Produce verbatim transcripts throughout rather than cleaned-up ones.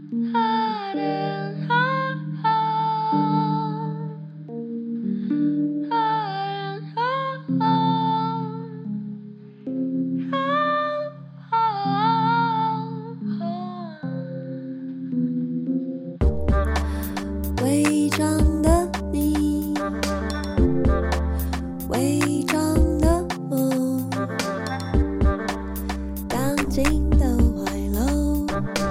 伪装的你，伪装的我，钢筋的怀楼，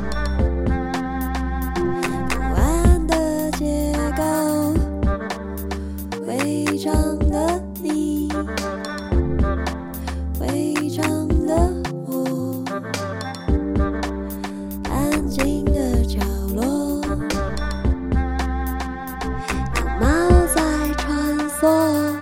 不安的结构，伪装的你，伪装的我，安静的角落，有猫在穿梭。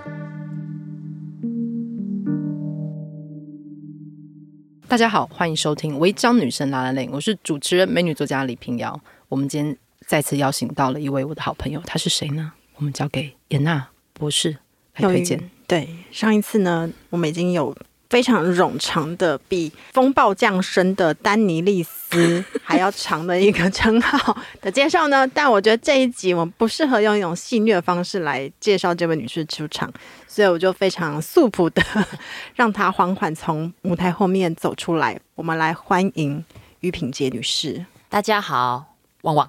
大家好，欢迎收听《违章女生拉拉链》，我是主持人美女作家李屏瑶。我们今天再次邀请到了一位我的好朋友，他是谁呢？我们交给严娜博士来推荐。 对，上一次呢，我们已经有非常冗长的，比风暴降生的丹尼利斯还要长的一个称号的介绍呢。但我觉得这一集我们不适合用一种戏谑的方式来介绍这位女士出场，所以我就非常素朴的让她缓缓从舞台后面走出来。我们来欢迎于品洁女士。 大家好，旺旺。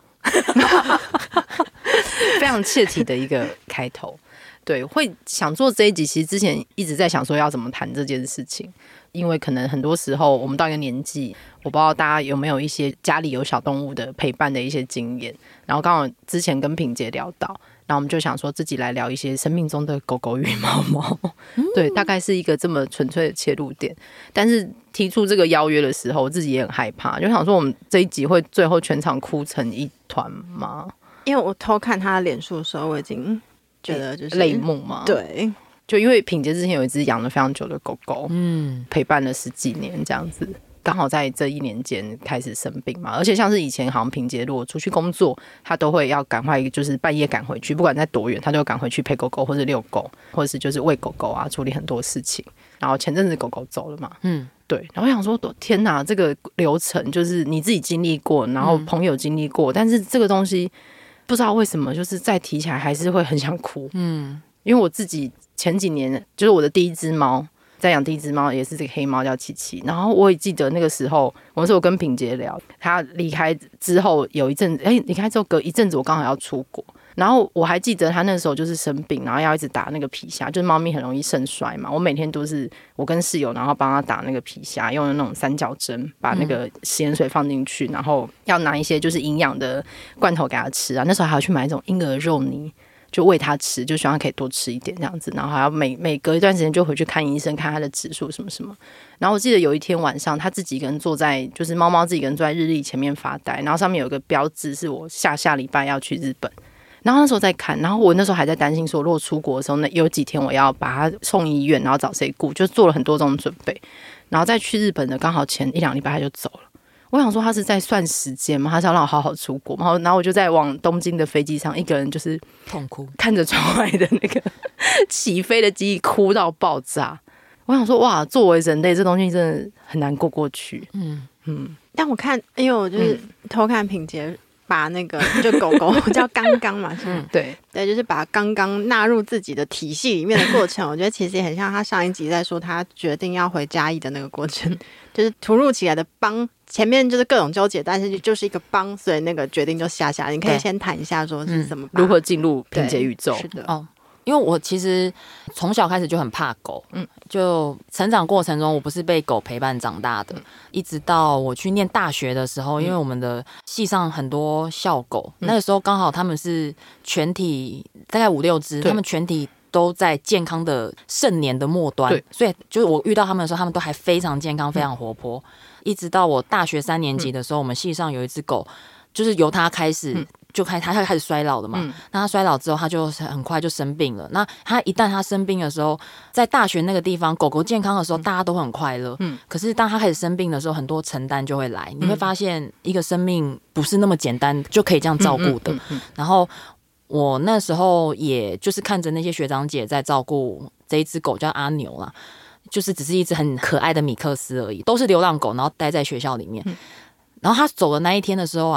非常切题的一个开头。对，会想做这一集，其实之前一直在想说要怎么谈这件事情，因为可能很多时候我们到一个年纪，我不知道大家有没有一些家里有小动物的陪伴的一些经验，然后刚好之前跟品洁聊到，然后我们就想说自己来聊一些生命中的狗狗与猫猫，对，大概是一个这么纯粹的切入点。但是提出这个邀约的时候，我自己也很害怕，就想说我们这一集会最后全场哭成一团吗？ 因为我偷看她的脸书的时候，我已经觉得就是泪目嘛。 对， 就因为品洁之前有一只养了非常久的狗狗， 嗯， 陪伴了十几年这样子，刚好在这一年间开始生病嘛。而且像是以前好像品洁如果出去工作，他都会要赶快就是半夜赶回去，不管在多远，他都赶回去陪狗狗或者遛狗，或者是就是喂狗狗啊，处理很多事情。然后前阵子狗狗走了嘛，嗯，对。然后我想说，天哪，这个流程就是你自己经历过，然后朋友经历过，嗯、但是这个东西不知道为什么，就是再提起来还是会很想哭，嗯。因为我自己前几年就是我的第一只猫，在养第一只猫也是这个黑猫叫琪琪，然后我也记得那个时候，我那时候跟品洁聊，她离开之后有一阵子，哎，离开之后隔一阵子我刚好要出国，然后我还记得她那时候就是生病，然后要一直打那个皮下，就是猫咪很容易肾衰嘛，我每天都是我跟室友然后帮她打那个皮下，用那种三角针把那个食盐水放进去，然后要拿一些就是营养的罐头给她吃啊，那时候还要去买一种婴儿肉泥。就喂他吃，就希望他可以多吃一点这样子，然后还要每每隔一段时间就回去看医生，看他的指数什么什么。然后我记得有一天晚上，他自己一个人坐在，就是猫猫自己一个人坐在日历前面发呆，然后上面有一个标志是我下下礼拜要去日本。然后那时候在看，然后我那时候还在担心说，如果出国的时候，那有几天我要把他送医院，然后找谁顾，就做了很多这种准备。然后再去日本的，刚好前一两礼拜他就走了。我想说他是在算时间吗？他是要让我好好出国吗？然后我就在往东京的飞机上，一个人就是痛哭， 看着窗外的那个起飞的机哭到爆炸。我想说，哇，作为人类，这东西真的很难过过去。嗯嗯。 但我看，因为我就是偷看品洁把那个就狗狗叫刚刚嘛，嗯， 对对，就是把刚刚纳入自己的体系里面的过程，我觉得其实也很像他上一集在说他决定要回嘉义的那个过程，就是突如其来的帮。前面就是各种纠结，但是就是一个帮，所以那个决定就下下。你可以先谈一下，说是怎么、 嗯、如何进入品洁宇宙？ 是的， 哦，因为我其实从小开始就很怕狗，嗯，就成长过程中我不是被狗陪伴长大的，嗯、一直到我去念大学的时候，因为我们的系上很多校狗，嗯、那个时候刚好他们是全体大概五六只，他们全体。都在健康的盛年的末端，所以就是我遇到他们的时候，他们都还非常健康，非常活泼。嗯、一直到我大学三年级的时候，嗯、我们系上有一只狗，就是由它开始、嗯、就开它开始衰老的嘛。嗯、那它衰老之后，它就很快就生病了。那它一旦它生病的时候，在大学那个地方，狗狗健康的时候，大家都很快乐。嗯、可是当它开始生病的时候，很多承担就会来。你会发现，一个生命不是那么简单就可以这样照顾的。嗯嗯嗯嗯、然后。我那时候也就是看着那些学长姐在照顾这一只狗叫阿牛啦，就是只是一只很可爱的米克斯而已，都是流浪狗，然后待在学校里面。嗯、然后他走的那一天的时候啊，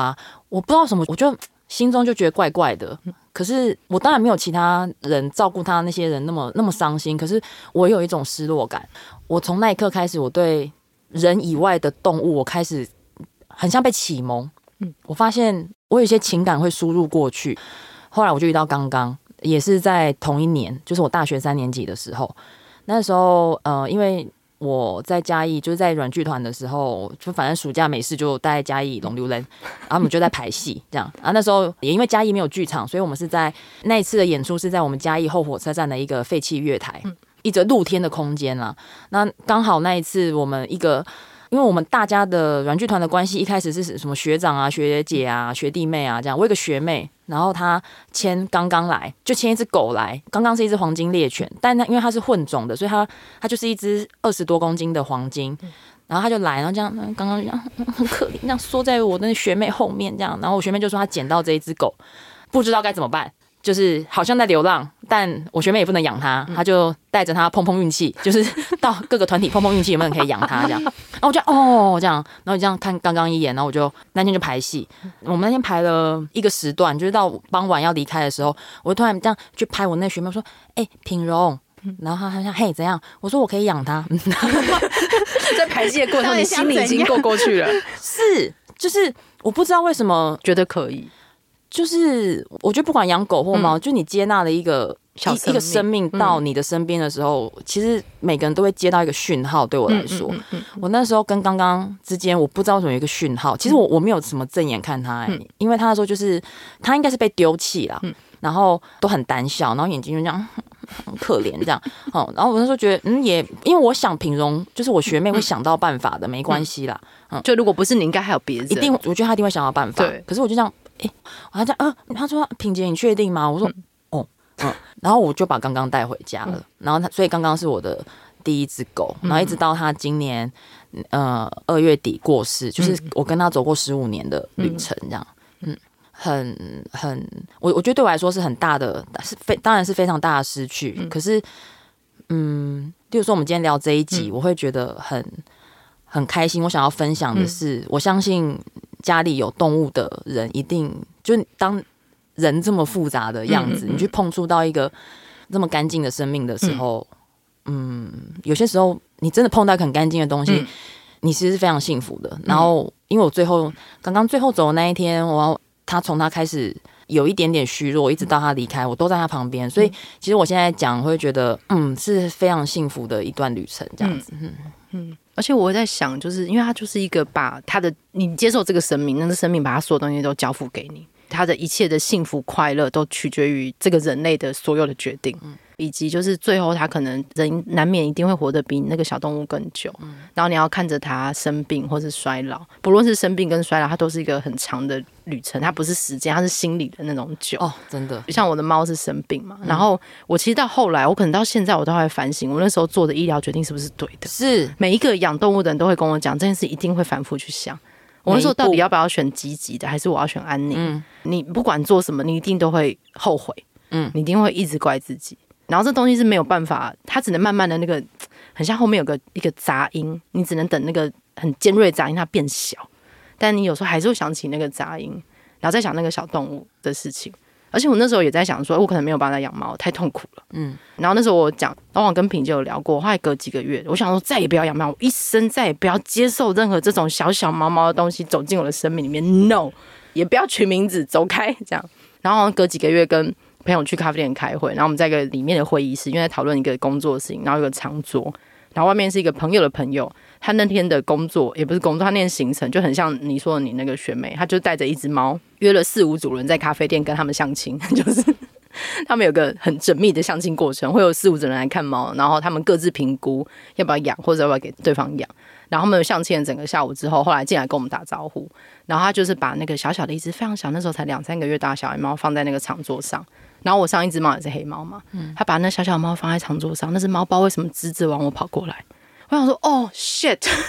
我不知道什么，我就心中就觉得怪怪的。可是我当然没有其他人照顾他那些人那么那么伤心，可是我有一种失落感。我从那一刻开始，我对人以外的动物，我开始很像被启蒙。嗯，我发现我有一些情感会输入过去。后来我就遇到刚刚，也是在同一年，就是我大学三年级的时候。那时候，呃，因为我在嘉义，就是在软剧团的时候，就反正暑假没事就待在嘉义龙溜人，然后我们就在排戏这样。然后那时候也因为嘉义没有剧场，所以我们是在那一次的演出是在我们嘉义后火车站的一个废弃月台，一个露天的空间啦。那刚好那一次我们一个。因为我们大家的软剧团的关系，一开始是什么学长啊、学姐啊、学弟妹啊这样。我有个学妹，然后她牵刚刚来，就牵一只狗来。刚刚是一只黄金猎犬，但因为它是混种的，所以它它就是一只二十多公斤的黄金。然后他就来，然后这样，刚刚这样很可怜，这样缩在我的学妹后面这样。然后我学妹就说她捡到这一只狗，不知道该怎么办。就是好像在流浪，但我学妹也不能养它，她就带着它碰碰运气，就是到各个团体碰碰运气，有没有人可以养它这样。然后我就哦这样，然后这样看刚刚一眼，然后我就那天就排戏，我们那天排了一个时段，就是到傍晚要离开的时候，我就突然这样去拍我那学妹，我说：“哎、欸，品荣。”然后她说：“嘿，怎样？”我说：“我可以养它。” 在排戏的过程中，你心里已经过过去了， 是，就是我不知道为什么觉得可以。 就是我觉得不管养狗或猫，嗯、就你接纳了一个小一个生命到你的身边的时候，嗯、其实每个人都会接到一个讯号。对我来说，嗯嗯嗯嗯、我那时候跟刚刚之间，我不知道为什么有一个讯号。其实我我没有什么正眼看他、欸嗯，因为他那时候就是他应该是被丢弃啦、嗯，然后都很胆小，然后眼睛就这样很可怜这样。哦，然后我那时候觉得，嗯，也因为我想品荣，就是我学妹会想到办法的，没关系啦。嗯， 就如果不是你，应该还有别人， 一定，我觉得他一定会想到办法。对，可是我就这样。哎、欸，我还讲，呃，他说品姐，你确定吗？我说，嗯、哦，嗯，然后我就把刚刚带回家了。嗯、然后他，所以刚刚是我的第一只狗，然后一直到他今年，呃，二月底过世，就是我跟他走过十五年的旅程，这样，嗯，很很，我我觉得对我来说是很大的，是非当然是非常大的失去。嗯、可是，嗯，例如说我们今天聊这一集，嗯、我会觉得很很开心。我想要分享的是，嗯、我相信。家里有动物的人，一定就当人这么复杂的样子，嗯嗯嗯你去碰触到一个这么干净的生命的时候，嗯，嗯有些时候你真的碰到一个很干净的东西，嗯、你其实是非常幸福的。然后，因为我最后刚刚最后走的那一天，我他从他开始有一点点虚弱，一直到他离开，我都在他旁边，所以其实我现在讲会觉得，嗯，是非常幸福的一段旅程，这样子，嗯嗯。而且我在想，就是因为他就是一个把他的你接受这个生命，那个生命把他所有东西都交付给你，他的一切的幸福快乐都取决于这个人类的所有的决定，嗯、以及就是最后他可能人难免一定会活得比那个小动物更久，嗯、然后你要看着他生病或是衰老，不论是生病跟衰老，它都是一个很长的旅程，它不是时间，它是心理的那种久哦，真的。 像我的猫是生病嘛，嗯、然后我其实到后来，我可能到现在我都还反省，我那时候做的医疗决定是不是对的？ 是每一个养动物的人都会跟我讲这件事，一定会反复去想。我那时候到底要不要选积极的，还是我要选安宁？嗯、你不管做什么，你一定都会后悔，嗯，你一定会一直怪自己。然后这东西是没有办法，它只能慢慢的那个，很像后面有个一个杂音，你只能等那个很尖锐的杂音它变小，但你有时候还是会想起那个杂音，然后再想那个小动物的事情。而且我那时候也在想说，我可能没有办法养猫，太痛苦了。嗯，然后那时候我讲，然后我跟品姐有聊过，后来隔几个月，我想说再也不要养猫，我一生再也不要接受任何这种小小毛毛的东西走进我的生命里面 ，no， 也不要取名字，走开这样。然后隔几个月跟朋友去咖啡店开会，然后我们在一个里面的会议室，因为在讨论一个工作的事情，然后有个长桌，然后外面是一个朋友的朋友。他那天的工作也不是工作，他那天行程就很像你说的你那个学妹，他就带着一只猫，约了四五组人在咖啡店跟他们相亲，就是他们有个很缜密的相亲过程，会有四五组人来看猫，然后他们各自评估要不要养或者要不要给对方养，然后他们相亲了整个下午之后，后来进来跟我们打招呼，然后他就是把那个小小的一只非常小，那时候才两三个月大小孩猫放在那个长桌上，然后我上一只猫也是黑猫嘛，他把那小小的猫放在长桌上，那只猫不知道为什么直直往我跑过来。我想说，哦 shit，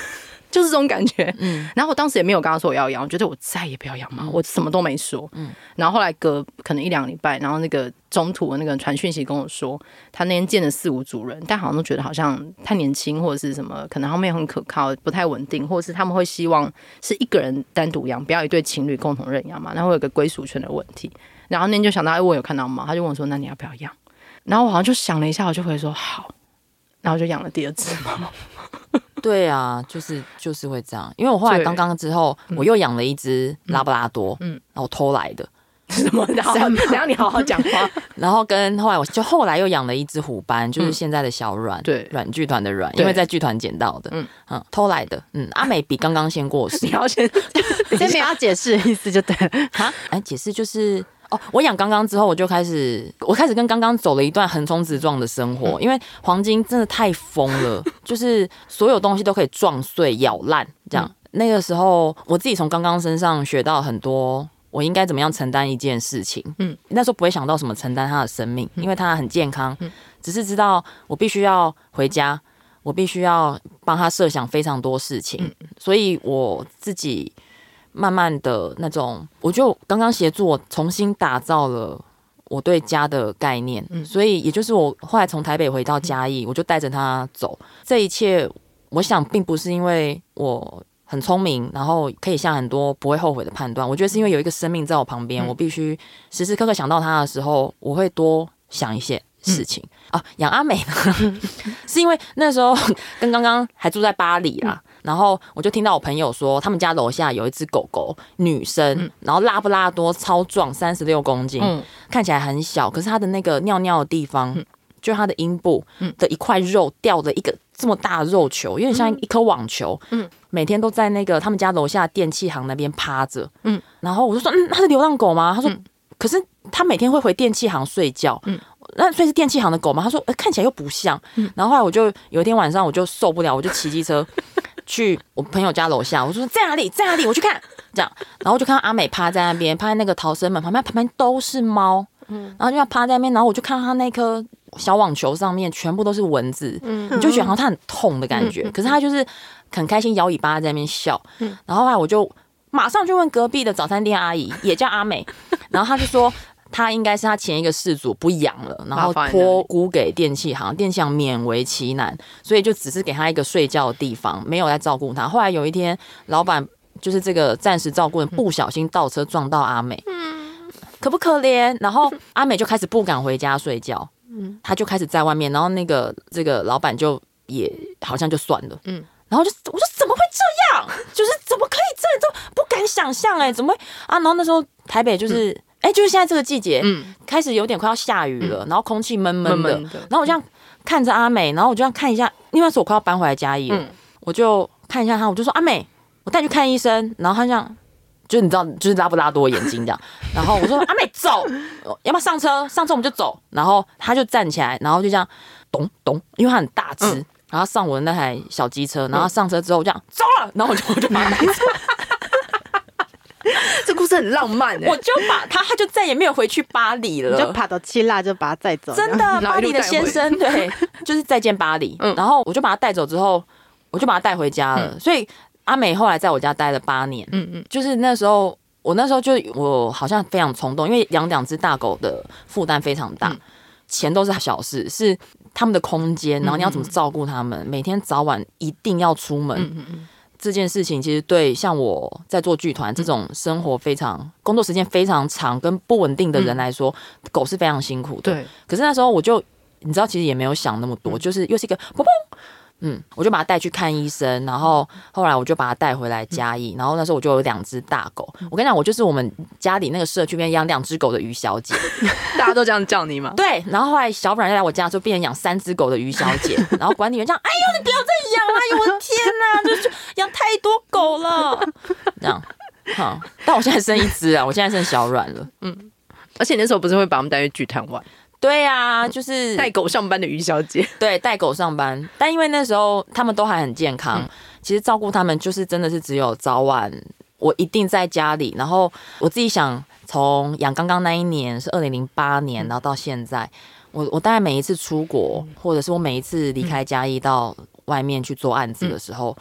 就是这种感觉。嗯，然后我当时也没有跟他说我要养，我觉得我再也不要养猫，我什么都没说。嗯，然后后来隔可能一两个礼拜，然后那个中途的那个传讯息跟我说，他那天见了四五组人，但好像都觉得好像太年轻或者是什么，可能他们也很可靠，不太稳定，或者是他们会希望是一个人单独养，不要一对情侣共同认养嘛，然后会有个归属权的问题。然后那天就想到，哎，我有看到猫，他就问我说，那你要不要养？然后我好像就想了一下，我就回说好，然后就养了第二只猫。 对啊，就是就是会这样，因为我后来刚刚之后，我又养了一只拉布拉多，嗯，然后偷来的。 什么？然后等下你好好讲话。 然后跟后来我就后来又养了一只虎斑，就是现在的小阮，对，阮剧团的阮，因为在剧团捡到的，嗯嗯，偷来的，嗯，阿美比刚刚先过世， 你要先先没要解释的意思就对了， 哈，哎，解释就是。哦，我养刚刚之后，我就开始，我开始跟刚刚走了一段横冲直撞的生活，因为黄金真的太疯了，就是所有东西都可以撞碎、咬烂，这样。嗯、那个时候，我自己从刚刚身上学到很多，我应该怎么样承担一件事情。嗯，那时候不会想到什么承担他的生命，因为他很健康，嗯、只是知道我必须要回家，我必须要帮他设想非常多事情，嗯、所以我自己。慢慢的那种，我就刚刚协助我重新打造了我对家的概念，嗯、所以也就是我后来从台北回到嘉义，嗯、我就带着他走。这一切，我想并不是因为我很聪明，然后可以下很多不会后悔的判断。我觉得是因为有一个生命在我旁边，嗯、我必须时时刻刻想到他的时候，我会多想一些事情。嗯、啊。养阿美呢，是因为那时候跟刚刚还住在巴黎啦。嗯然后我就听到我朋友说，他们家楼下有一只狗狗，女生，嗯、然后拉布拉多超壮，三十六公斤，嗯、看起来很小，可是它的那个尿尿的地方，嗯、就它的阴部的一块肉掉了一个这么大的肉球，有点像一颗网球，嗯、每天都在那个他们家楼下电器行那边趴着，嗯、然后我就说，嗯，它是流浪狗吗？他说，嗯、可是他每天会回电器行睡觉，嗯那所以是电器行的狗吗？他说，呃、看起来又不像。嗯、然后后来我就有一天晚上我就受不了，我就骑机车去我朋友家楼下，我说在哪里在哪里，我去看这样，然后就看到阿美趴在那边，趴在那个逃生门旁边，旁边都是猫，嗯、然后就要趴在那边，然后我就看到他那颗小网球上面全部都是蚊子，嗯、你就觉得好像他很痛的感觉，嗯、可是他就是很开心摇尾巴在那边笑，嗯、然后后来我就马上就问隔壁的早餐店阿姨，也叫阿美，然后他就说。他应该是他前一个事主不养了，然后托孤给电器行，电器行勉为其难，所以就只是给他一个睡觉的地方，没有在照顾他。后来有一天，老板就是这个暂时照顾人，不小心倒车撞到阿美，嗯、可不可怜？然后阿美就开始不敢回家睡觉，嗯、他就开始在外面，然后那个这个老板就也好像就算了，嗯。然后就我说怎么会这样？就是怎么可以这样？都不敢想象哎、欸，怎么会啊？然后那时候台北就是。嗯哎、欸，就是现在这个季节，嗯，开始有点快要下雨了，嗯、然后空气闷闷的，闷闷的然后我这样看着阿美，然后我就这样看一下，因为那时候我快要搬回来嘉义了，嗯、我就看一下她，我就说阿美，我带你去看医生，然后她这样，就是你知道，就是拉布拉多眼睛这样，然后我说阿美走，要不要上车？上车我们就走，然后她就站起来，然后就这样咚咚，因为她很大只，嗯、然后上我的那台小机车，然后上车之后我这样走了，然后我就我就把她带走。 这故事很浪漫哎、欸， 我就把他，他就再也没有回去巴黎了， 你就跑到希腊就把他载走。 真的，巴黎的先生，对，就是再见巴黎。嗯、然后我就把他带走之后，我就把他带回家了。嗯、所以阿美后来在我家待了八年。嗯嗯，就是那时候，我那时候就我好像非常冲动，因为养两只大狗的负担非常大，嗯、钱都是小事，是他们的空间，然后你要怎么照顾他们，嗯、每天早晚一定要出门。嗯嗯嗯这件事情其实对像我在做剧团这种生活非常工作时间非常长跟不稳定的人来说，嗯、狗是非常辛苦的。对，可是那时候我就你知道，其实也没有想那么多，嗯、就是又是一个砰砰，嗯，我就把它带去看医生，然后后来我就把它带回来嘉义，嗯、然后那时候我就有两只大狗。嗯、我跟你讲，我就是我们家里那个社区边养两只狗的于小姐， 大家都这样叫你吗？ 对，然后后来小阮来我家的时候，变成养三只狗的于小姐，然后管理员这样，哎呦，你不要再养了，哎呦，我的天哪，就是养太多狗了，这样，好，但我现在剩一只啊，我现在剩小阮了， 嗯，而且那时候不是会把我们带去剧团玩。 对啊，就是带狗上班的于小姐， 对，带狗上班，但因为那时候他们都还很健康，嗯、其实照顾他们就是真的是只有早晚，我一定在家里。然后我自己想，从养刚刚那一年是二零零八年，然后到现在，我我大概每一次出国，或者是我每一次离开嘉义到外面去做案子的时候，嗯、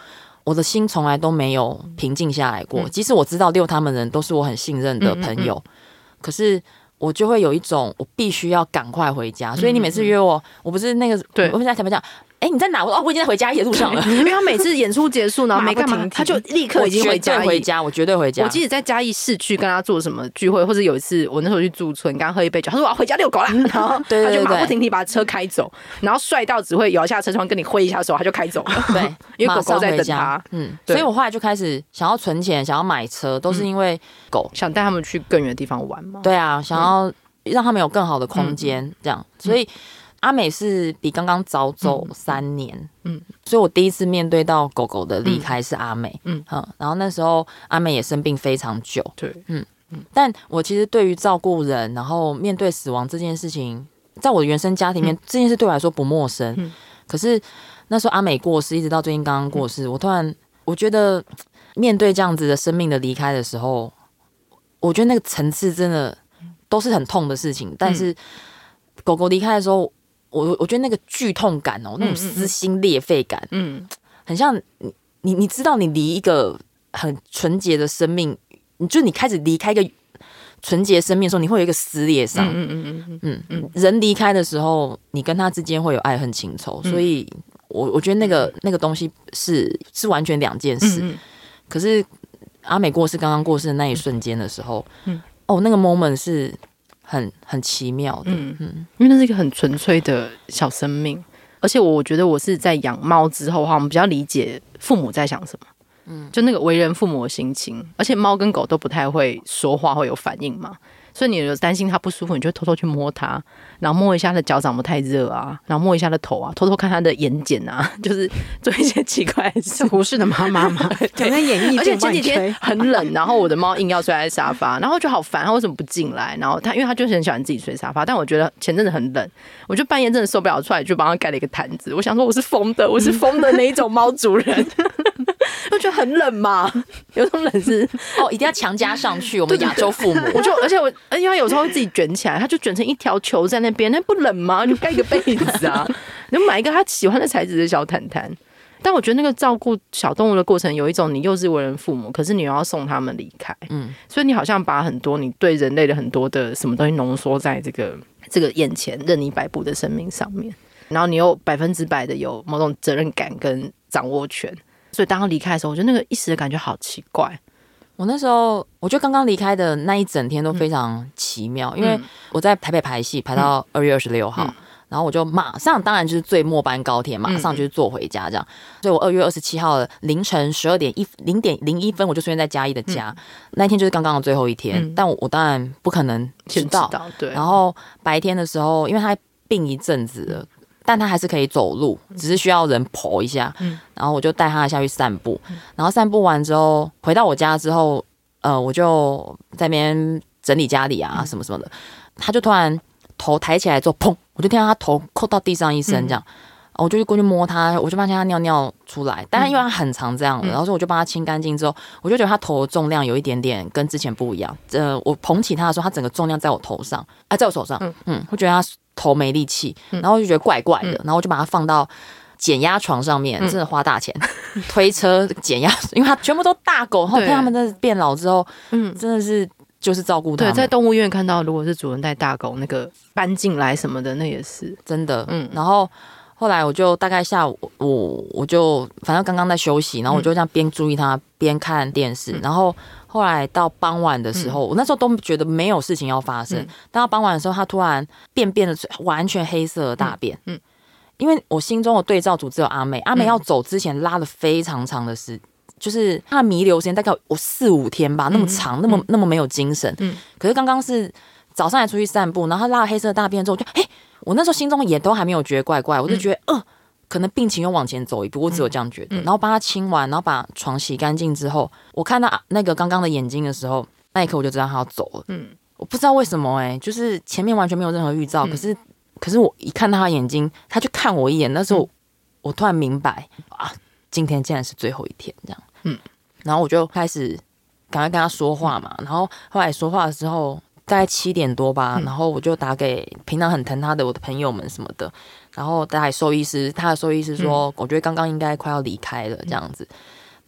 我的心从来都没有平静下来过。嗯、即使我知道遛他们的人都是我很信任的朋友，嗯嗯嗯可是我就会有一种我必须要赶快回家。所以你每次约我，我不是那个，对，我不是在台北讲。哎、欸，你在哪？我哦，我已经在回家的路上了。 因为他每次演出结束，然后没干嘛，他就立刻已经回家。 回家，我绝对回家。 我即使在嘉义市区跟他做什么聚会，或者有一次我那时候去驻村，刚喝一杯酒，他说我要回家遛狗啦，然后他就马不停蹄把车开走，然后帅到只会摇下车窗跟你挥一下手，他就开走了。对，因为狗狗在等他。嗯， 所以我后来就开始想要存钱，想要买车，都是因为狗， 想带他们去更远的地方玩嘛。 对啊，想要让他们有更好的空间，嗯、这样，所以。阿美是比刚刚早走三年，嗯，所以我第一次面对到狗狗的离开是阿美，嗯嗯，然后那时候阿美也生病非常久， 对， 嗯嗯，但我其实对于照顾人，然后面对死亡这件事情，在我的原生家庭里面，嗯、这件事对我来说不陌生，嗯，可是那时候阿美过世，一直到最近刚刚过世，嗯、我突然我觉得面对这样子的生命的离开的时候，我觉得那个层次真的都是很痛的事情，但是狗狗离开的时候。我我觉得那个剧痛感哦，那种撕心裂肺感，嗯，很像你你你知道你离一个很纯洁的生命，你就你开始离开一个纯洁生命的时候，你会有一个撕裂伤，嗯嗯嗯嗯嗯嗯，人离开的时候，你跟他之间会有爱恨情仇，所以我我觉得那个那个东西是是完全两件事。嗯嗯可是阿美过世刚刚过世的那一瞬间的时候，嗯，哦，那个 moment 是。很很奇妙的，嗯嗯，因为那是一个很纯粹的小生命，而且我觉得我是在养猫之后的话，我们比较理解父母在想什么，嗯，就那个为人父母的心情，而且猫跟狗都不太会说话，会有反应嘛，所以你有担心它不舒服，你就会偷偷去摸它，然后摸一下它的脚长不太热啊，然后摸一下它的头啊，偷偷看它的眼睑啊，就是做一些奇怪的事。 是胡适的妈妈吗？讲在演绎， 而且前几天很冷，然后我的猫硬要睡在沙发，然后就好烦，它为什么不进来？然后它因为它就是很喜欢自己睡沙发，但我觉得前阵子很冷，我就半夜真的受不了，出来就帮它盖了一个毯子。我想说我是疯的，我是疯的那一种猫主人。我觉得很冷嘛，有种冷是哦，一定要强加上去。我们亚洲父母， 我就而且我，而且他有时候会自己卷起来，他就卷成一条球在那边，那不冷吗？就盖一个被子啊，你就买一个他喜欢的材质的小毯毯。但我觉得那个照顾小动物的过程，有一种你又是为人父母，可是你又要送他们离开，嗯，所以你好像把很多你对人类的很多的什么东西浓缩在这个这个眼前任你摆布的生命上面，然后你又百分之百的有某种责任感跟掌握权。所以当他离开的时候，我觉得那个一时的感觉好奇怪。 我那时候，我觉得刚刚离开的那一整天都非常奇妙，嗯、因为我在台北排戏，排到二月二十六号，嗯、然后我就马上，当然就是最末班高铁，马上就是坐回家这样。嗯、所以我二月二十七号的凌晨十二点一零点零一分，我就出现在嘉义的家。嗯、那一天就是刚刚的最后一天，嗯、但我我当然不可能知道。 知道对。 然后白天的时候，因为他病一阵子了。但他还是可以走路，只是需要人抱一下。嗯、然后我就带他下去散步，嗯、然后散步完之后回到我家之后，呃，我就在那边整理家里啊什么什么的。他就突然头抬起来之后，砰！我就听到他头扣到地上一声，这样，嗯、我就过去摸他，我就发现他尿尿出来。但因为他很常这样，嗯、然后所以我就帮他清干净之后，我就觉得他头的重量有一点点跟之前不一样。呃，我捧起他的时候，他整个重量在我头上，啊，在我手上。嗯嗯，我觉得他头没力气，然后我就觉得怪怪的，嗯、然后我就把它放到减压床上面，嗯、真的花大钱，推车减压，因为它全部都大狗，然后看他们在变老之后，嗯，真的是就是照顾他们。 对，在动物园看到，如果是主人带大狗，那个搬进来什么的，那也是真的。嗯，然后后来我就大概下午，我我就反正刚刚在休息，然后我就这样边注意它边看电视，嗯、然后。后来到傍晚的时候，嗯、我那时候都觉得没有事情要发生。嗯、但到傍晚的时候，他突然便便的完全黑色的大便。嗯，嗯因为我心中的对照组只有阿美，阿美要走之前拉了非常长的时，就是他的弥留时间大概有四五天吧，嗯、那么长，嗯、那么那么没有精神。嗯，可是刚刚是早上还出去散步，然后他拉了黑色的大便之后，我就嘿，我那时候心中也都还没有觉得怪怪，我就觉得呃。嗯可能病情又往前走一步，我只有这样觉得。嗯嗯、然后帮他清完，然后把床洗干净之后，我看到那个刚刚的眼睛的时候，那一刻我就知道他要走了。嗯，我不知道为什么哎、欸，就是前面完全没有任何预兆，嗯、可是可是我一看到他的眼睛，他就看我一眼，那时候、嗯、我突然明白啊，今天竟然是最后一天这样。嗯，然后我就开始赶快跟他说话嘛，然后后来说话的时候。大概七点多吧，嗯、然后我就打给平常很疼他的我的朋友们什么的，然后打给兽医师，他的兽医师说，嗯、我觉得刚刚应该快要离开了这样子，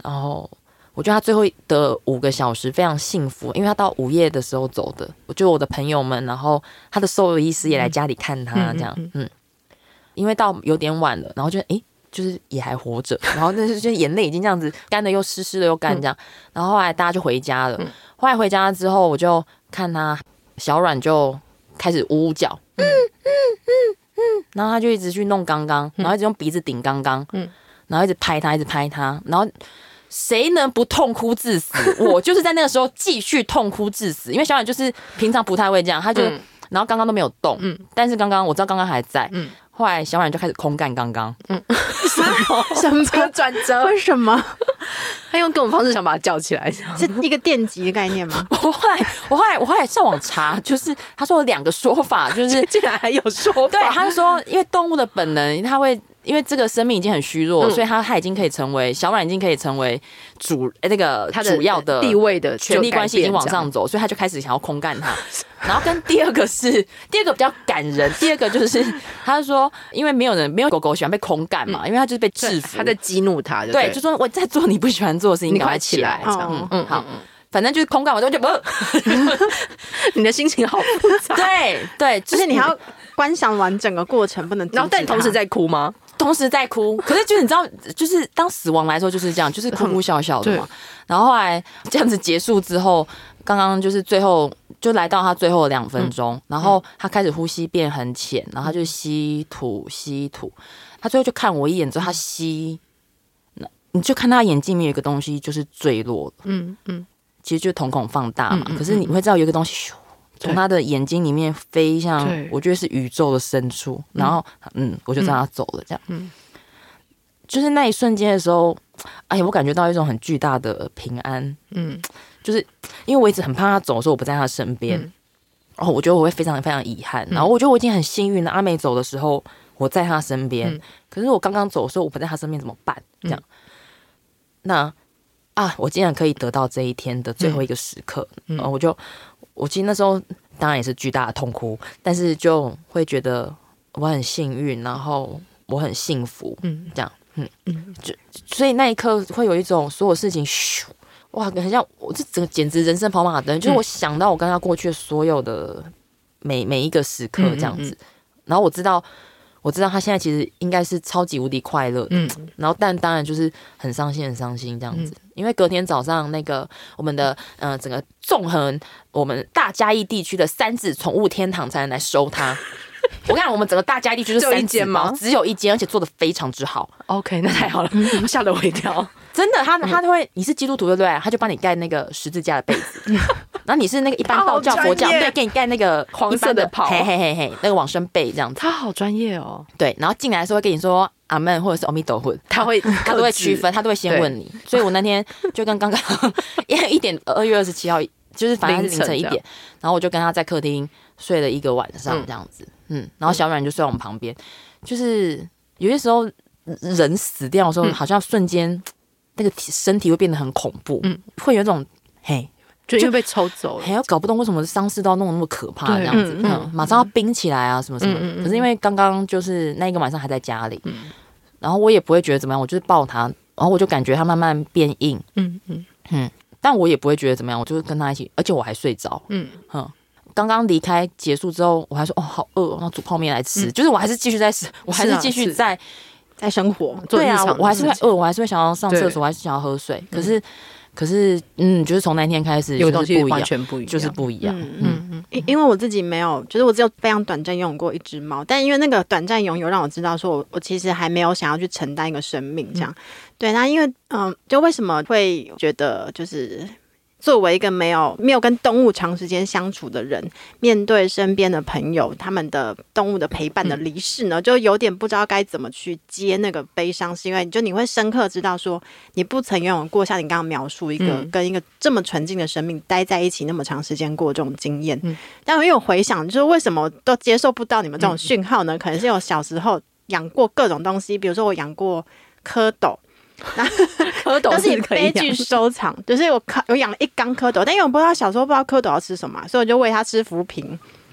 然后我觉得他最后的五个小时非常幸福，因为他到午夜的时候走的。我就我的朋友们，然后他的兽医师也来家里看他，这样，嗯，嗯嗯因为到有点晚了，然后就诶，就是也还活着，然后那就眼泪已经这样子干的又湿湿的又干这样，然后后来大家就回家了。后来回家之后，我就看他小阮就开始呜呜叫，嗯嗯嗯嗯，然后他就一直去弄刚刚，然后一直用鼻子顶刚刚，嗯，然后一直拍他，一直拍他，然后。谁能不痛哭致死？我就是在那个时候继续痛哭致死，因为小阮就是平常不太会这样，他就、嗯、然后刚刚都没有动，嗯，但是刚刚我知道刚刚还在，嗯，后来小阮就开始空干刚刚，嗯， 什么什么转折？ 为什么？ 他用各种方式想把他叫起来，是一个电击的概念吗？ 我后来我后来我后来上网查，就是他说有两个说法，就是竟然还有说法， 对，他说因为动物的本能，他会。因为这个生命已经很虚弱，嗯、所以他他已经可以成为小阮已经可以成为主那个主要的地位的权力关系已经往上走，所以他就开始想要空干他。然后跟第二个是第二个比较感人，第二个就是他说，因为没有人没有狗狗喜欢被空干嘛，嗯、因为他就是被制服， 他在激怒他， 对，就说我在做你不喜欢做的事情， 你赶快起来， 这样，嗯嗯好。反正就是空干，我就觉得， 你的心情好复杂。 对对， 就是你还要观想完整个过程，不能。 然后但同时在哭吗？ 同时在哭，可是就是你知道，就是当死亡来说就是这样，就是哭哭笑笑的嘛。嗯、然后后来这样子结束之后，刚刚就是最后就来到他最后的两分钟，嗯、然后他开始呼吸变很浅，然后他就吸吐吸吐，他最后就看我一眼之后，他吸，你就看他眼睛里面有一个东西就是坠落了，嗯嗯。其实就是瞳孔放大嘛，嗯嗯嗯可是你会知道有一个东西咻从他的眼睛里面飞向，我觉得是宇宙的深处，然后嗯，我就让他走了，这样，嗯，就是那一瞬间的时候，哎呀，我感觉到一种很巨大的平安，嗯，就是因为我一直很怕他走的时候我不在他身边，嗯、然后我觉得我会非常非常遗憾，然后我觉得我已经很幸运了，阿美走的时候我在他身边，嗯、可是我刚刚走的时候我不在他身边怎么办？这样，嗯、那。啊！我竟然可以得到这一天的最后一个时刻，嗯嗯、我就我其实那时候当然也是巨大的痛哭，但是就会觉得我很幸运，然后我很幸福，嗯，这样，嗯嗯，就所以那一刻会有一种所有事情咻，哇，很像我这整个简直人生跑马灯，就是我想到我跟他过去的所有的每每一个时刻这样子，嗯嗯嗯然后我知道。我知道他现在其实应该是超级无敌快乐的，嗯，然后但当然就是很伤心很伤心这样子，嗯、因为隔天早上那个我们的呃整个纵横我们大嘉义地区的三子宠物天堂才能来收他。我跟你讲，我们整个大嘉义地区就是三间吗？只有一间，而且做的非常之好。 OK， 那太好了，吓得我一跳。 真的，他他会，你是基督徒对不对？他就帮你盖那个十字架的被子，然后你是那个一般道教、佛教，对，给你盖那个黄色的袍， 嘿嘿嘿嘿，那个往生被这样子。 他好专业哦。 对，然后进来的时候会跟你说阿门或者是阿弥陀佛， 他会他都会区分，他都会先问你。所以我那天就跟刚刚一点二月二十七号，就是反正是凌晨一点，然后我就跟他在客厅睡了一个晚上这样子，嗯，然后小阮就睡在我们旁边，就是有些时候人死掉的时候，好像瞬间。那个身体会变得很恐怖，嗯，会有一种嘿， 就因为被抽走了， 还要搞不懂为什么丧事都要弄得那么可怕这样子，嗯，嗯马上要冰起来啊什么什么。嗯嗯、可是因为刚刚就是那一个晚上还在家里，嗯、然后我也不会觉得怎么样，我就是抱他，然后我就感觉他慢慢变硬，嗯嗯嗯，但我也不会觉得怎么样，我就是跟他一起，而且我还睡着，嗯嗯。刚刚离开结束之后，我还说哦好饿，然后煮泡面来吃，嗯、就是我还是继续在吃，我还是继续在。 在生活， 对啊，我还是会饿，我还是会想要上厕所，我还是想要喝水。可是，可是，嗯，就是从那天开始， 有东西完全不一样， 就是不一样。 嗯嗯嗯。因因为我自己没有，就是我只有非常短暂拥有过一只猫，但因为那个短暂拥有，让我知道说我我其实还没有想要去承担一个生命这样。嗯、对，那因为嗯、呃，就为什么会觉得就是。作为一个没有没有跟动物长时间相处的人，面对身边的朋友他们的动物的陪伴的离世呢，就有点不知道该怎么去接那个悲伤，是因为就你会深刻知道说你不曾拥有过像你刚刚描述一个、嗯、跟一个这么纯净的生命待在一起那么长时间过这种经验、嗯、但我有回想就是为什么都接受不到你们这种讯号呢、嗯、可能是我小时候养过各种东西，比如说我养过蝌蚪蝌蚪是悲剧收场，就是我我养了一缸蝌蚪，但因为我不知道小时候不知道蝌蚪要吃什么，所以我就喂它吃浮萍，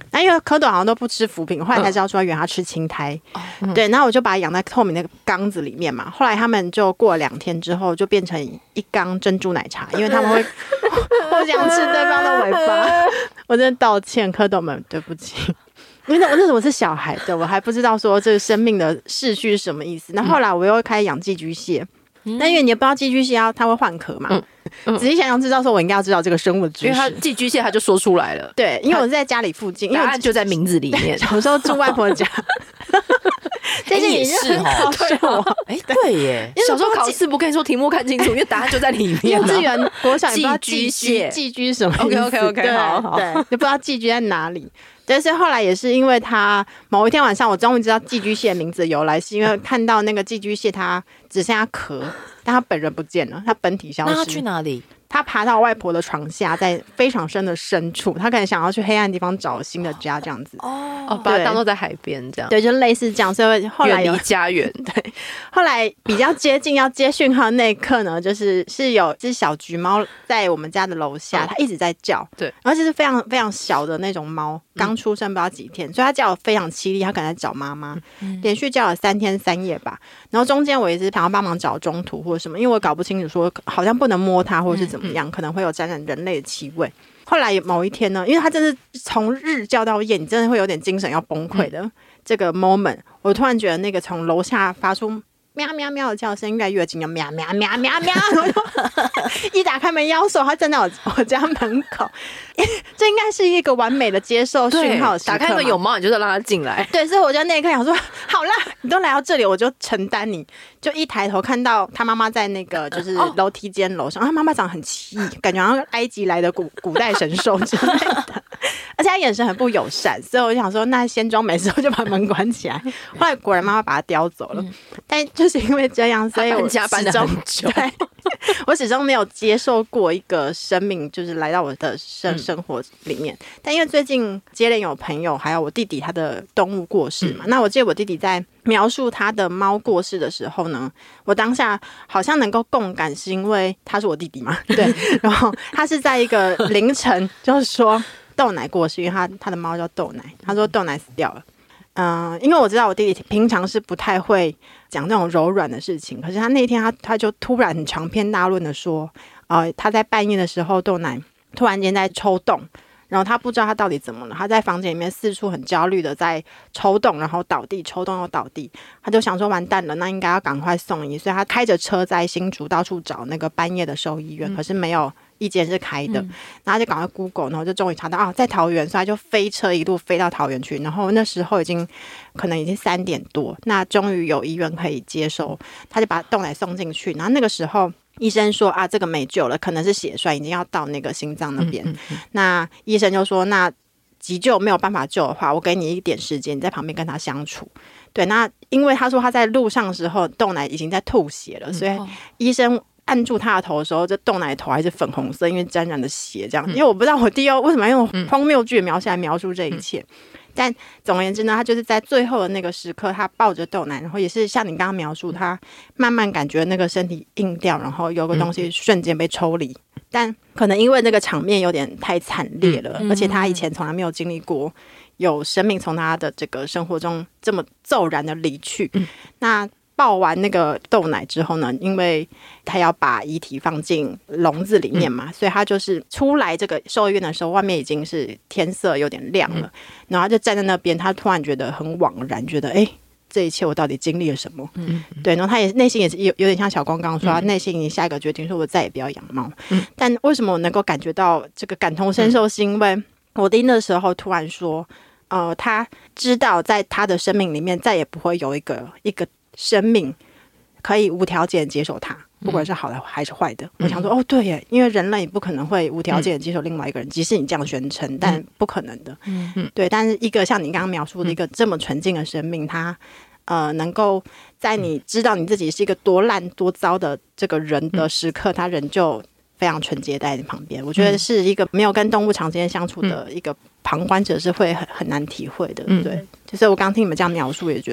那因为蝌蚪好像都不吃浮萍，后来才知道说原来它吃青苔。嗯、对，然后我就把它养在透明那个缸子里面嘛。后来他们就过了两天之后，就变成一缸珍珠奶茶，因为他们会互相吃对方的尾巴。我真的道歉，蝌蚪们，对不起。因为我那时候我是小孩的，我还不知道说这个生命的世序是什么意思。那后来我又开始养寄居蟹，那、嗯、因为你也不知道寄居蟹要它会换壳嘛。嗯嗯、仔细想想，知道说我应该要知道这个生物知识， 因为它寄居蟹它就说出来了。 对，因为我是在家里附近，因为答案就在名字里面。 小时候住外婆家， 这也是哦， 对， 哎，对耶。 小时候考试不跟你说题目看清楚，因为答案就在里面。 幼稚园、国小也不知道寄居蟹、 寄居什么意思。 OK OK OK， 好好， 对，就不知道寄居在哪里。但是后来也是因为他某一天晚上，我终于知道寄居蟹的名字的由来，是因为看到那个寄居蟹它只剩下壳，但它本人不见了，它本体消失。 那它去哪里？ 他爬到外婆的床下，在非常深的深处，他可能想要去黑暗的地方找新的家，这样子。 哦，把它当作在海边这样。 对，就类似这样。所以后来远离家园。 对，后来比较接近要接讯号的那一刻呢，就是是有只小橘猫在我们家的楼下，它一直在叫。 对， 而且是非常非常小的那种猫，刚出生不知道几天，所以它叫得非常凄厉，它可能在找妈妈，连续叫了三天三夜吧。然后中间我也是想要帮忙找中途或者什么，因为我搞不清楚说好像不能摸它或者是怎么样，可能会有沾染人类的气味。后来某一天呢，因为他真的从日叫到夜，你真的会有点精神要崩溃的、嗯、这个 moment， 我突然觉得那个从楼下发出喵喵喵的叫声越来越近，喵喵喵喵喵，我就一打开门摇手，他站在我我家门口，这应该是一个完美的接受讯号的时刻嘛。 打开门有猫，你就是让他进来。 对，所以我就那一刻想说，好啦，你都来到这里，我就承担你。就一抬头看到他妈妈在那个就是楼梯间楼上，他妈妈长得很奇异，感觉好像埃及来的古古代神兽之类的。而且他眼神很不友善，所以我就想说，那先装没事，我就把门关起来。后来果然妈妈把他叼走了，嗯、但就是因为这样，所以我家搬了很久。 对，我始终没有接受过一个生命就是来到我的生生活里面。嗯、但因为最近接连有朋友还有我弟弟他的动物过世嘛，嗯、那我记得我弟弟在描述他的猫过世的时候呢，我当下好像能够共感，是因为他是我弟弟嘛，对，然后他是在一个凌晨，就是说。豆奶过世，因为他他的猫叫豆奶，他说豆奶死掉了。嗯、呃，因为我知道我弟弟平常是不太会讲那种柔软的事情，可是他那天他他就突然很长篇大论的说，呃，他在半夜的时候豆奶突然间在抽动，然后他不知道他到底怎么了，他在房间里面四处很焦虑的在抽动，然后倒地，抽动又倒地，他就想说完蛋了，那应该要赶快送医，所以他开着车在新竹到处找那个半夜的兽医院，嗯、可是没有一间是开的，嗯、然后他就赶快 Google， 然后就终于查到啊，在桃园，所以他就飞车一路飞到桃园去，然后那时候已经可能已经三点多，那终于有医院可以接收，他就把豆奶送进去，然后那个时候医生说啊，这个没救了，可能是血栓已经要到那个心脏那边，嗯嗯嗯、那医生就说那急救没有办法救的话，我给你一点时间，你在旁边跟他相处。对，那因为他说他在路上的时候豆奶已经在吐血了，所以医生按住他的头的时候，这豆奶的头还是粉红色，因为沾染了血这样。嗯、因为我不知道我弟哦为什么要用荒谬剧的描写来描述这一切。嗯、但总而言之呢，他就是在最后的那个时刻，他抱着豆奶，然后也是像你刚刚描述，他慢慢感觉那个身体硬掉，然后有个东西瞬间被抽离。嗯、但可能因为那个场面有点太惨烈了，嗯、而且他以前从来没有经历过有生命从他的这个生活中这么骤然的离去。嗯、那抱完那个豆奶之后呢，因为他要把遗体放进笼子里面嘛，嗯、所以他就是出来这个兽医院的时候，外面已经是天色有点亮了，嗯、然后他就站在那边，他突然觉得很惘然，觉得哎，这一切我到底经历了什么？嗯、对，然后他也内心也是有有点像小光刚刚说，他内心已经下一个决定，说我再也不要养猫。嗯、但为什么我能够感觉到这个感同身受，是因为我弟那时候突然说，呃，他知道在他的生命里面再也不会有一个一个生命可以无条件接受他，不管是好的还是坏的。嗯、我想说，哦，对耶，因为人类不可能会无条件接受另外一个人，嗯、即使你这样宣称，但不可能的。嗯嗯，对。但是一个像你刚刚描述的一个这么纯净的生命，他呃能够在你知道你自己是一个多烂多糟的这个人的时刻，他仍旧非常纯洁在你旁边。我觉得是一个没有跟动物长时间相处的一个旁观者是会很很难体会的。嗯、对，就是我刚听你们这样描述，也觉得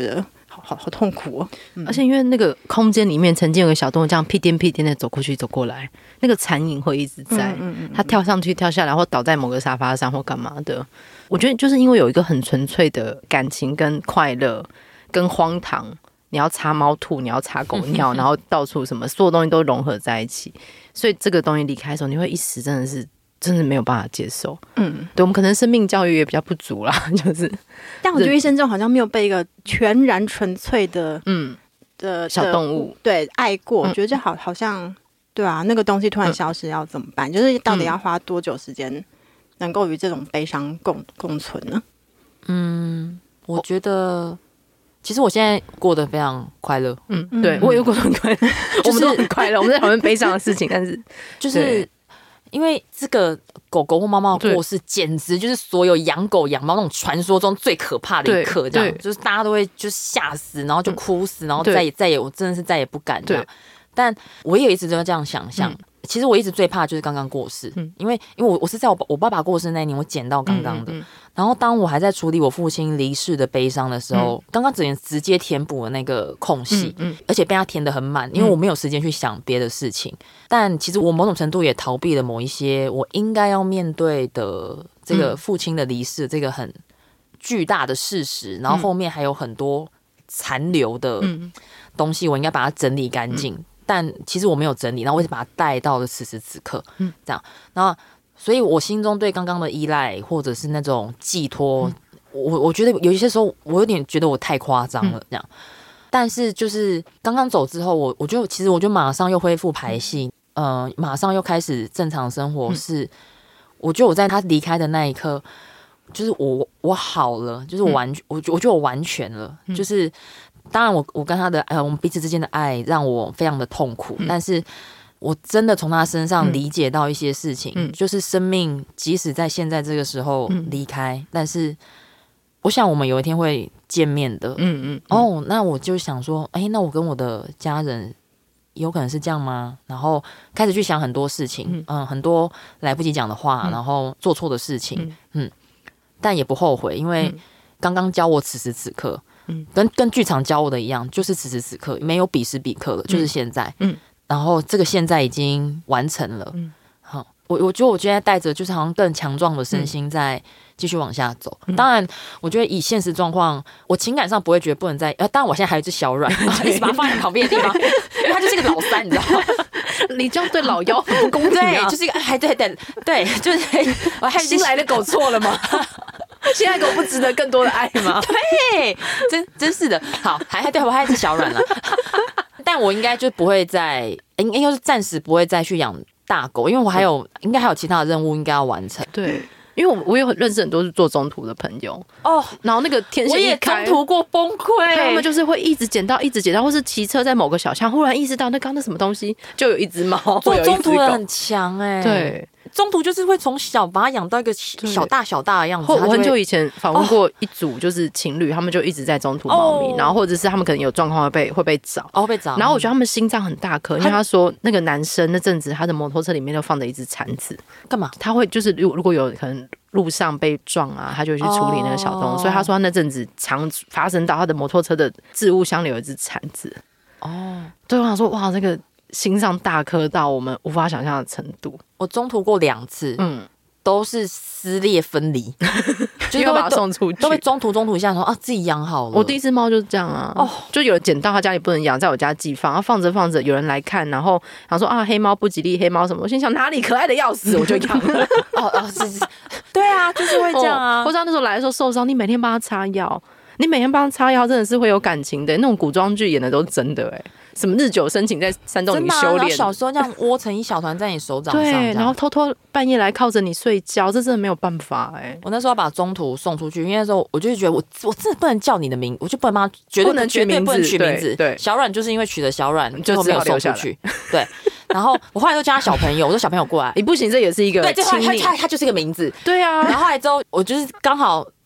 好好好痛苦哦。 而且因为那个空间里面曾经有个小动物这样屁颠屁颠的走过去走过来，那个残影会一直在， 嗯嗯嗯它跳上去跳下来或倒在某个沙发上或干嘛的。我觉得就是因为有一个很纯粹的感情跟快乐跟荒唐，你要擦猫吐，你要擦狗尿，然后到处什么所有东西都融合在一起，所以这个东西离开的时候，你会一时真的是真的没有办法接受。嗯，对，我们可能生命教育也比较不足啦，就是。 但我觉得一生中好像没有被一个全然纯粹的嗯的小动物对爱过，我嗯觉得这好好像对啊，那个东西突然消失要怎么办？就是到底要花多久时间能够与这种悲伤共共存呢？ 嗯，我觉得。其实我现在过得非常快乐， 嗯，对我也过得很快乐，我们都很快乐，我们在讨论悲伤的事情，但是就是因为这个狗狗或猫猫的过世，简直就是所有养狗养猫那种传说中最可怕的一刻，这样就是大家都会就吓死，然后就哭死，然后再也再也我真的是再也不敢这样。但我也一直都这样想象。嗯其实我一直最怕就是刚刚过世，嗯、因为因为我我是在我我爸爸过世那一年，我捡到刚刚的、嗯嗯嗯。然后当我还在处理我父亲离世的悲伤的时候，刚刚只能直接填补了那个空隙，嗯嗯、而且被他填得很满，因为我没有时间去想别的事情。但其实我某种程度也逃避了某一些我应该要面对的这个父亲的离世，这个很巨大的事实。然后后面还有很多残留的东西，我应该把它整理干净。嗯但其实我没有整理，然后我也把它带到了此时此刻，嗯，这样，然后，所以我心中对刚刚的依赖或者是那种寄托，嗯、我我觉得有一些时候我有点觉得我太夸张了，这样。但是就是刚刚走之后，我我就其实我就马上又恢复排戏，呃，马上又开始正常生活。是，嗯、我觉得我在他离开的那一刻，就是我我好了，就是我完，嗯、我我觉得我完全了，嗯、就是。当然我，我跟他的呃，我们彼此之间的爱让我非常的痛苦，嗯、但是我真的从他身上理解到一些事情，嗯、就是生命即使在现在这个时候离开，嗯、但是我想我们有一天会见面的。嗯嗯。哦，那我就想说，哎、欸，那我跟我的家人有可能是这样吗？然后开始去想很多事情，嗯，嗯很多来不及讲的话，嗯、然后做错的事情，嗯，嗯但也不后悔，因为刚刚教我此时此刻。嗯、跟跟剧场教我的一样，就是此时此刻没有彼时彼刻了，嗯、就是现在。嗯，然后这个现在已经完成了。嗯，好，我我觉得我现在带着就是好像更强壮的身心在继续往下走。嗯、当然，我觉得以现实状况，我情感上不会觉得不能再。呃，当然我现在还有一只小软，一直把它放在旁边的地方，因为它就是一个老三，你知道吗？ 你这样对老幺很不公平啊！ 对，就是一个还对对对，就是我还新来的狗错了吗？现在狗不值得更多的爱吗？ 对，真真是的。好，还对我还是小软了，但我应该就不会再，应应该是暂时不会再去养大狗，因为我还有应该还有其他的任务应该要完成。 对。因为我我有认识很多是做中途的朋友哦，然后那个天线一开， 我也中途过崩溃， 他们就是会一直捡到，一直捡到，或是骑车在某个小巷，忽然意识到那刚那什么东西，就有一只猫， 做中途人很强哎、欸， 对。 中途就是会从小把它养到一个小大小大的样子。 我很久以前访问过一组就是情侣，哦、他们就一直在中途猫咪，哦、然后或者是他们可能有状况会被会被找， 哦被找。 然后我觉得他们心脏很大颗，因为他说那个男生那阵子他的摩托车里面就放着一只铲子， 干嘛？ 他会就是如如果有可能路上被撞啊，他就会去处理那个小动物，哦、所以他说他那阵子常发生到他的摩托车的置物箱里有一只铲子。哦，对，我想说哇，这个。心脏大颗到我们无法想象的程度。 我中途过两次，嗯，都是撕裂分离， 就是都把它送出去， 都被中途中途一下说啊自己养好了。 我第一次猫就是这样啊，哦，就有人捡到他家里不能养，在我家寄放，然后放着放着有人来看，然后然后说啊黑猫不吉利，黑猫什么，我心想哪里可爱的要死，我就养了。 哦哦是是，对啊，就是会这样啊。 哦、或者那时候来的时候受伤，你每天帮他擦药。你每天帮他擦药，真的是会有感情的。那种古装剧演的都是真的哎、欸，什么日久生情，在山洞里修炼。 啊、小时候这样窝成一小团在你手掌上， 对，然后偷偷半夜来靠着你睡觉，这真的没有办法哎、欸。 我那时候把中途送出去，因为那时候我就觉得我我真的不能叫你的名，我就不能帮他，绝对不能取名字， 不能取名字。 对，对小软就是因为取了小软，最后没有送出去。对，然后我后来都叫他小朋友，我说小朋友过来， 你不行，这也是一个对，他他他就是一个名字。 对啊， 然后后来之后，我就是刚好。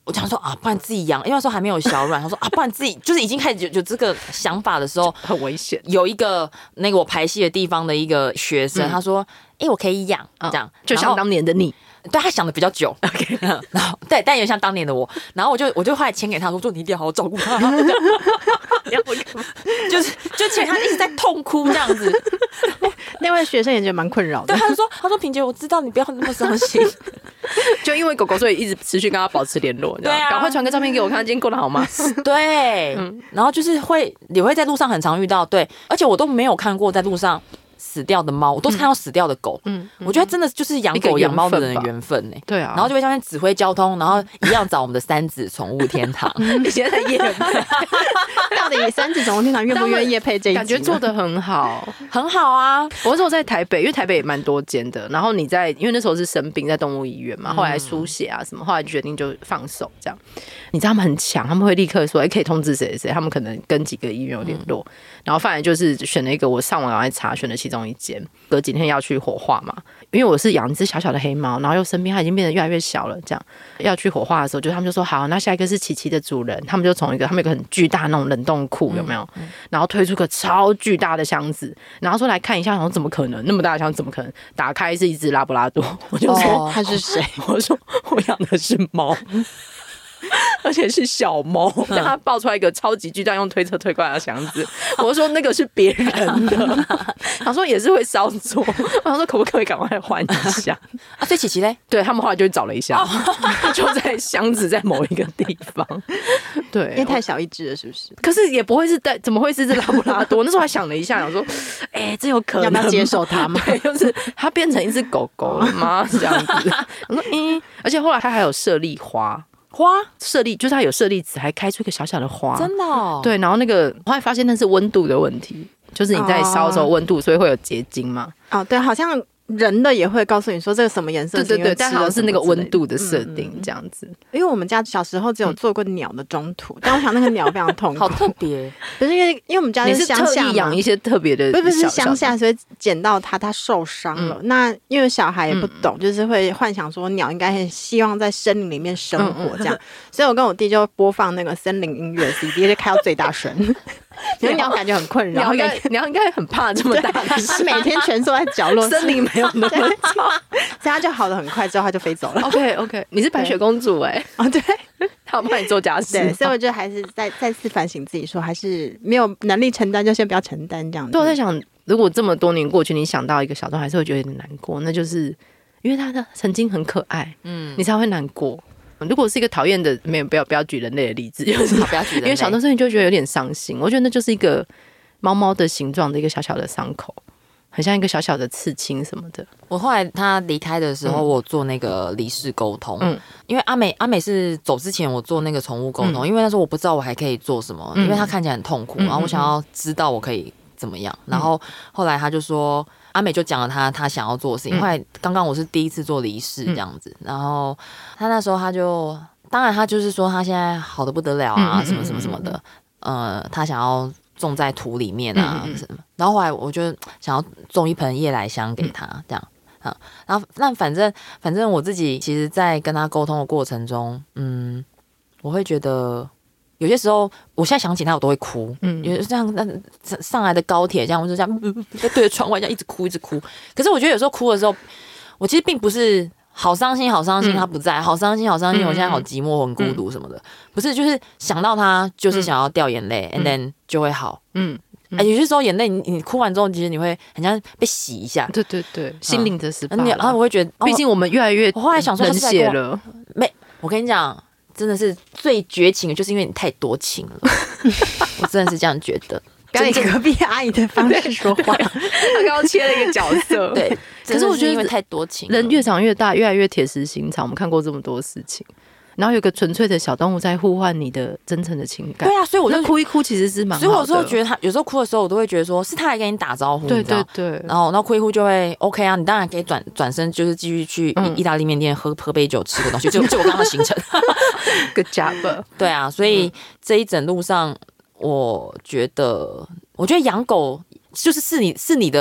我想说啊，不然自己养，因为那时候还没有小卵，他说啊，不然自己就是已经开始有有这个想法的时候， 很危险。 有一个那个我排戏的地方的一个学生，嗯、他说：“哎、欸，我可以养、嗯、这样。” 就像当年的你， 对他想的比较久。OK， 然后对，但也像当年的我，然后我就我就后来签给他说：“说你一定要好好照顾他。”然后就是就签他一直在痛哭这样子。 那位学生也觉得蛮困扰的， 对，他就说：“他说萍姐，我知道你不要那么伤心。” 就因为狗狗，所以一直持续跟他保持联络。对啊，赶快传个照片给我看，今天过得好吗？ 对，嗯、然后就是会，也会在路上很常遇到，对，而且我都没有看过在路上死掉的猫，我都是看到死掉的狗。嗯，我觉得真的就是养狗养猫的人的缘分呢、欸。 对啊， 然后就会下面指挥交通，然后一样找我们的三子宠物天堂。 你现在在业配， 到底三子宠物天堂愿不愿意业配这一集？ 感觉做得很好， 很好啊。 我那时候在台北，因为台北也蛮多间的。然后你在，因为那时候是生病在动物医院嘛，后来输血啊什么，后来决定就放手这样。你知道他们很强，他们会立刻说，哎、欸，可以通知谁谁，他们可能跟几个医院有联络。嗯、然后反正就是选了一个，我上网来查，选了其中一间。隔几天要去火化嘛，因为我是养一只小小的黑猫，然后又生病，它已经变得越来越小了。这样要去火化的时候，就他们就说好，那下一个是琪琪的主人，他们就从一个他们有一个很巨大那种冷冻库有没有，嗯嗯、然后推出个超巨大的箱子，然后说来看一下，然后怎么可能那么大的箱子怎么可能？打开是一只拉布拉多，我就说、 哦、他是谁？ 我说我养的是猫。而且是小猫，但他抱出来一个超级巨大用推车推过来的箱子。我说那个是别人的，他说也是会烧作。我说可不可以赶快换一下啊？所以琪琪嘞， 对他们后来就找了一下，就在箱子在某一个地方。对， 因为太小一只了，是不是？ 可是也不会是带，怎么会是只拉布拉多？那时候还想了一下，想说，哎、欸，这有可能要不要接受它吗？ 对，就是它变成一只狗狗了吗？这样子。我说，嗯，而且后来它还有设立花。花舍利就是它有舍利子，还开出一个小小的花， 真的、哦。 对，然后那个后来发现那是温度的问题，就是你在烧的时候温度，哦、所以会有结晶嘛。 哦，对，好像人的也会告诉你说这个什么颜色， 对对对，但好像是那个温度的设定这样子。嗯、 因为我们家小时候只有做过鸟的中途，嗯、但我想那个鸟非常痛苦， 好特别。 不是因为因为我们家是乡下嘛， 养一些特别的， 不是不是乡下，所以捡到它，它受伤了。嗯、那因为小孩也不懂，嗯、就是会幻想说鸟应该很希望在森林里面生活这样，嗯、所以我跟我弟就播放那个森林音乐 C D， 就开到最大声。因为鸟感觉很困扰， 鸟应该鸟应该很怕这么大的声， 它每天蜷缩在角落， 森林没有那么吵， 所以它就好得很快，之后它就飞走了。 OK OK， 你是白雪公主哎、欸， 哦对， 他帮你做家事， 对，所以我觉得还是再再次反省自己，说还是没有能力承担，就先不要承担这样子。 对，我在想，如果这么多年过去，你想到一个小段，还是会觉得有点难过，那就是因为它的曾经很可爱，嗯，你才会难过。如果是一个讨厌的，没有不要不要举人类的例子，就是不要举人类， 因为小的时候你就觉得有点伤心。我觉得那就是一个猫猫的形状的一个小小的伤口，很像一个小小的刺青什么的。 我后来他离开的时候，嗯、我做那个离世沟通，嗯，因为阿美阿美是走之前我做那个宠物沟通，嗯、因为那时候我不知道我还可以做什么，嗯、因为他看起来很痛苦，嗯、然后我想要知道我可以怎么样，嗯、然后后来他就说。阿美就讲了他他想要做的事情，后来刚刚我是第一次做离世这样子，然后他那时候他就，当然他就是说他现在好的不得了啊，什么什么什么的，呃，他想要种在土里面啊什么，然后后来我就想要种一盆夜来香给他这样啊，然后那反正反正我自己其实，在跟他沟通的过程中，嗯，我会觉得。有些时候，我现在想起他，我都会哭。嗯，有这样上来的高铁，这样我就这样在对着窗外这样一直哭，一直哭。可是我觉得有时候哭的时候，我其实并不是好伤心，好伤心他不在，好伤心，好伤心，我现在好寂寞，很孤独什么的。不是，就是想到他，就是想要掉眼泪 ，and then 就会好。嗯，哎，有些时候眼泪你你哭完之后，其实你会很像被洗一下。 对对对，心灵的释放。 然后我会觉得， 毕竟我们越来越， 我后来想说冷血了。 没，我跟你讲。真的是最绝情的，就是因为你太多情了。我真的是这样觉得。 不要以隔壁阿姨的方式说话， 他刚刚切了一个角色。 对， 可是我觉得因为太多情， 人越长越大，越来越铁石心肠。我们看过这么多事情，然后有个纯粹的小动物在呼唤你的真诚的情感。 对啊，所以我就哭一哭，其实是蛮好的。 所以我有时候觉得他有时候哭的时候，我都会觉得说是他来跟你打招呼， 对对对。 然后然后哭一哭就会 OK 啊，你当然可以转转身，就是继续去意大利面店喝喝杯酒，吃个东西，就就我刚刚的行程。 Good job。 对啊，所以这一整路上，我觉得，我觉得养狗就是是你是你的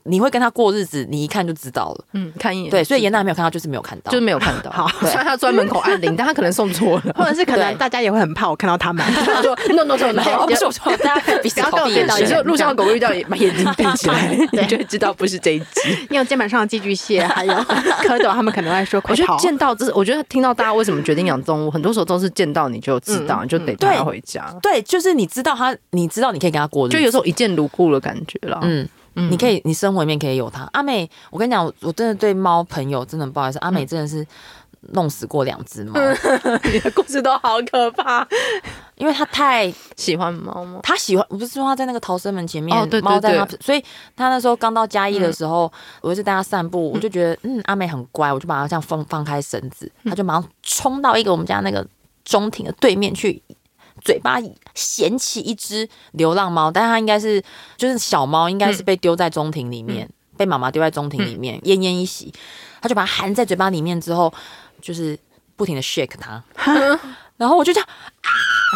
你会跟他过日子，你一看就知道了。 嗯，看一眼。 对，所以严娜没有看到，就是没有看到， 就是没有看到。 好， 虽然他专门口按铃，但他可能送错了， 或者是可能大家也会很怕我看到他们。 他说 no no no no， 不是我说，大家彼此逃避眼你说路上的狗狗遇到，把眼睛闭起来， 对你就会知道不是这一只。 你有肩膀上的寄居蟹，还有蝌蚪，他们可能会说快我觉跑。 得见到，这是我觉得听到大家为什么决定养动物，很多时候都是见到你就知道，你就得带它回家。 对，就是你知道他，你知道你可以跟他过日子， 就有时候一见如故的感觉了。嗯。 你可以，你生活里面可以有它。阿美，我跟你讲，我真的对猫朋友真的不好意思，阿美真的是弄死过两只猫。 你的故事都好可怕， 因为他太喜欢猫吗？ 他喜欢，我不是说他在那个逃生门前面， 哦、对对对猫在他，所以他那时候刚到嘉义的时候，嗯、我就带他散步，我就觉得嗯阿美很乖，我就把他这样放放开绳子，他就马上冲到一个我们家那个中庭的对面去。嘴巴衔起一只流浪猫，但是它应该是就是小猫，应该是被丢在中庭里面，嗯、被妈妈丢在中庭里面，奄奄一息。他就把它含在嘴巴里面之后，就是不停的 shake 它，然后我就这样啊，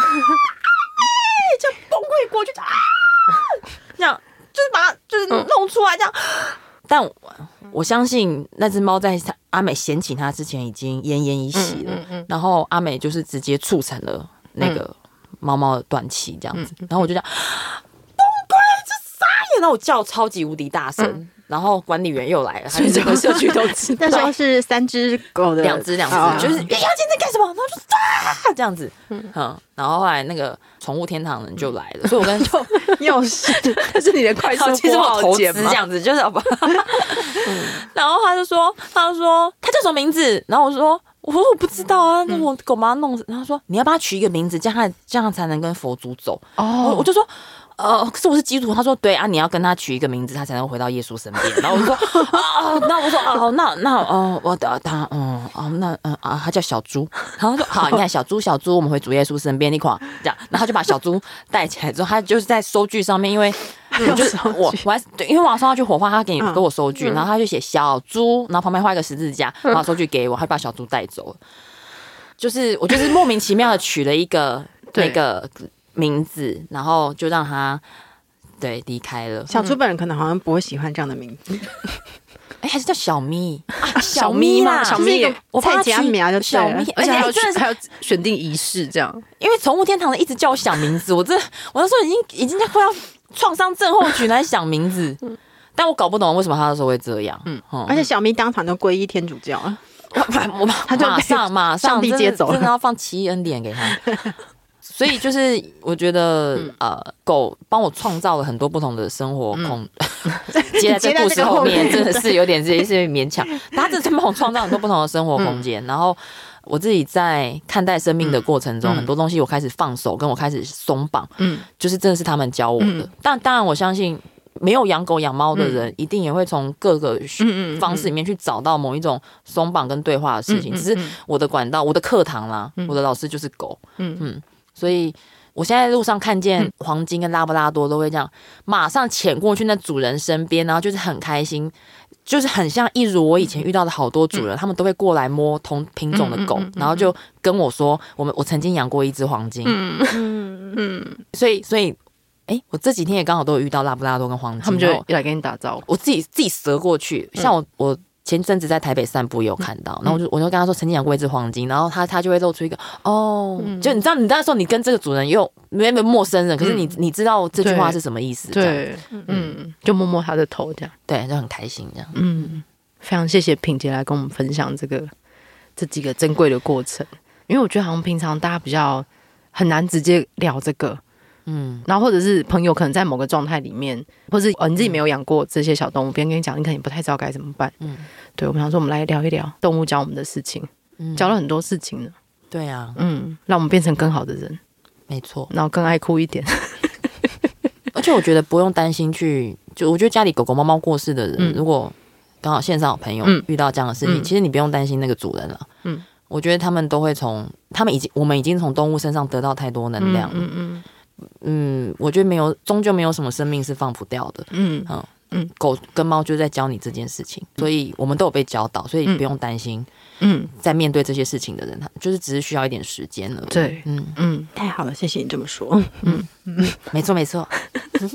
就崩溃过去啊，这样就是把它就是弄出来这样。但 我, 我相信那只猫在阿美衔起它之前已经奄奄一息了，嗯嗯嗯、然后阿美就是直接促成了那个。嗯猫猫的断气这样子，然后我就这样崩溃，这傻眼，然后我叫超级无敌大声，嗯、然后管理员又来了，所以整个社区都知道。 那时候是三只狗的， 两只两只，哦、就是袁小姐在干什么？然后就啊这样子，嗯，然后后来那个宠物天堂人就来了，所以我跟就又是， 这是你的快速其实我投资这样子，就是好吧。嗯、然后他就说，他就说他叫什么名字？然后我说。我说我不知道啊，那我狗把它弄死。然后他说你要帮他取一个名字，这样这样才能跟佛祖走。哦，我, 我就说，呃，可是我是基督徒。他说对啊，你要跟他取一个名字，他才能回到耶稣身边。然后我就说啊，那我说哦，那那哦，我的他嗯哦那嗯啊，他叫小猪。然后说好，你看小猪小猪，我们回主耶稣身边，你看这样，然后就把小猪带起来之后，他就是在收据上面，因为。我就是我，我还对，因为网上要去火化，他给你给我收据，嗯、然后他就写小猪，然后旁边画一个十字架，然后收据给我，他就把小猪带走了。就是我就是莫名其妙的取了一个那个名字，然后就让他对离开了。 小猪本人可能好像不会喜欢这样的名字。 哎、欸，还是叫小咪啊？小咪嘛，小咪， 我蔡佳苗就小咪，而且还有还有选定仪式这样。 因为宠物天堂的一直叫我想名字，我真的我那时候已经已经在快要。创伤症候群来想名字，但我搞不懂为什么他那时候会这样。嗯， 而且小咪当场就皈依天主教了， 我他就马上马上上帝接走了， 真的要放奇异恩典给他。所以就是我觉得，嗯、呃，狗帮我创造了很多不同的生活空。嗯、接在这故事后面真的是有点是是勉强，他真的帮我创造很多不同的生活空间，嗯、然后。我自己在看待生命的过程中，嗯、很多东西我开始放手，跟我开始松绑，嗯，就是真的是他们教我的。嗯、但当然，我相信没有养狗养猫的人，嗯、一定也会从各个方式里面去找到某一种松绑跟对话的事情。嗯、只是我的管道，我的课堂啦，嗯、我的老师就是狗，嗯嗯，所以我现在在路上看见黄金跟拉布拉多都会这样，马上潜过去那主人身边，然后就是很开心。就是很像，一如我以前遇到的好多主人，嗯、他们都会过来摸同品种的狗，嗯嗯嗯嗯、然后就跟我说，我们我曾经养过一只黄金，嗯嗯嗯，所以所以，哎、欸，我这几天也刚好都有遇到拉布拉多跟黄金， 他们就来跟你打招呼， 我自己自己折过去，像我我。前阵子在台北散步也有看到，然后我就我就跟他说曾经养过一只黄金，然后他他就会露出一个哦，嗯、就你知道你那时候你跟这个主人又没有陌生人，可是你、嗯、你知道这句话是什么意思？ 对，嗯，就摸摸他的头这样， 对，就很开心这样。 嗯，非常谢谢品杰来跟我们分享这个这几个珍贵的过程，因为我觉得好像平常大家比较很难直接聊这个。嗯，然后或者是朋友可能在某个状态里面，或是、哦、你自己没有养过这些小动物，别人跟你讲，你可能也不太知道该怎么办。嗯，对，我们想说，我们来聊一聊动物教我们的事情，嗯、教了很多事情呢。 对啊， 嗯，让我们变成更好的人， 没错， 然后更爱哭一点。 而且我觉得不用担心去，就我觉得家里狗狗猫猫过世的人，嗯、如果刚好线上有朋友遇到这样的事情，嗯、其实你不用担心那个主人了。嗯，我觉得他们都会从，他们已经，我们已经从动物身上得到太多能量了。嗯 嗯, 嗯嗯，我觉得没有，终究没有什么生命是放不掉的。嗯嗯嗯，狗跟猫就在教你这件事情，所以我们都有被教导，所以不用担心。嗯，在面对这些事情的人，他就是只是需要一点时间了。 对，嗯嗯， 太好了，谢谢你这么说。 嗯嗯，没错没错。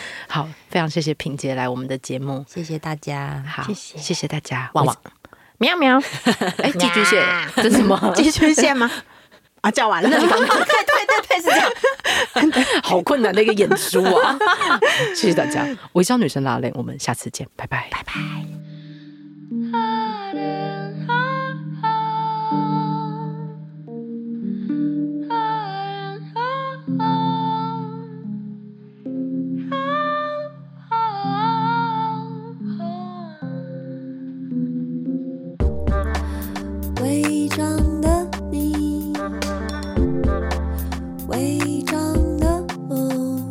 好，非常谢谢品杰来我们的节目， 谢谢大家， 好， 谢谢谢谢大家， 旺旺， 喵喵，哎，寄居蟹，这是什么？ 寄居蟹吗？啊，叫完了，对对对对，是这样， 好困难的一个演出啊！谢谢大家，微笑女生拉链，我们下次见，拜拜，拜拜。 伪装的你，伪装的梦，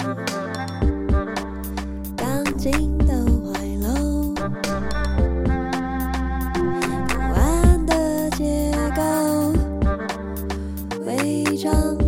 钢筋的怀楼，不安的结构，伪装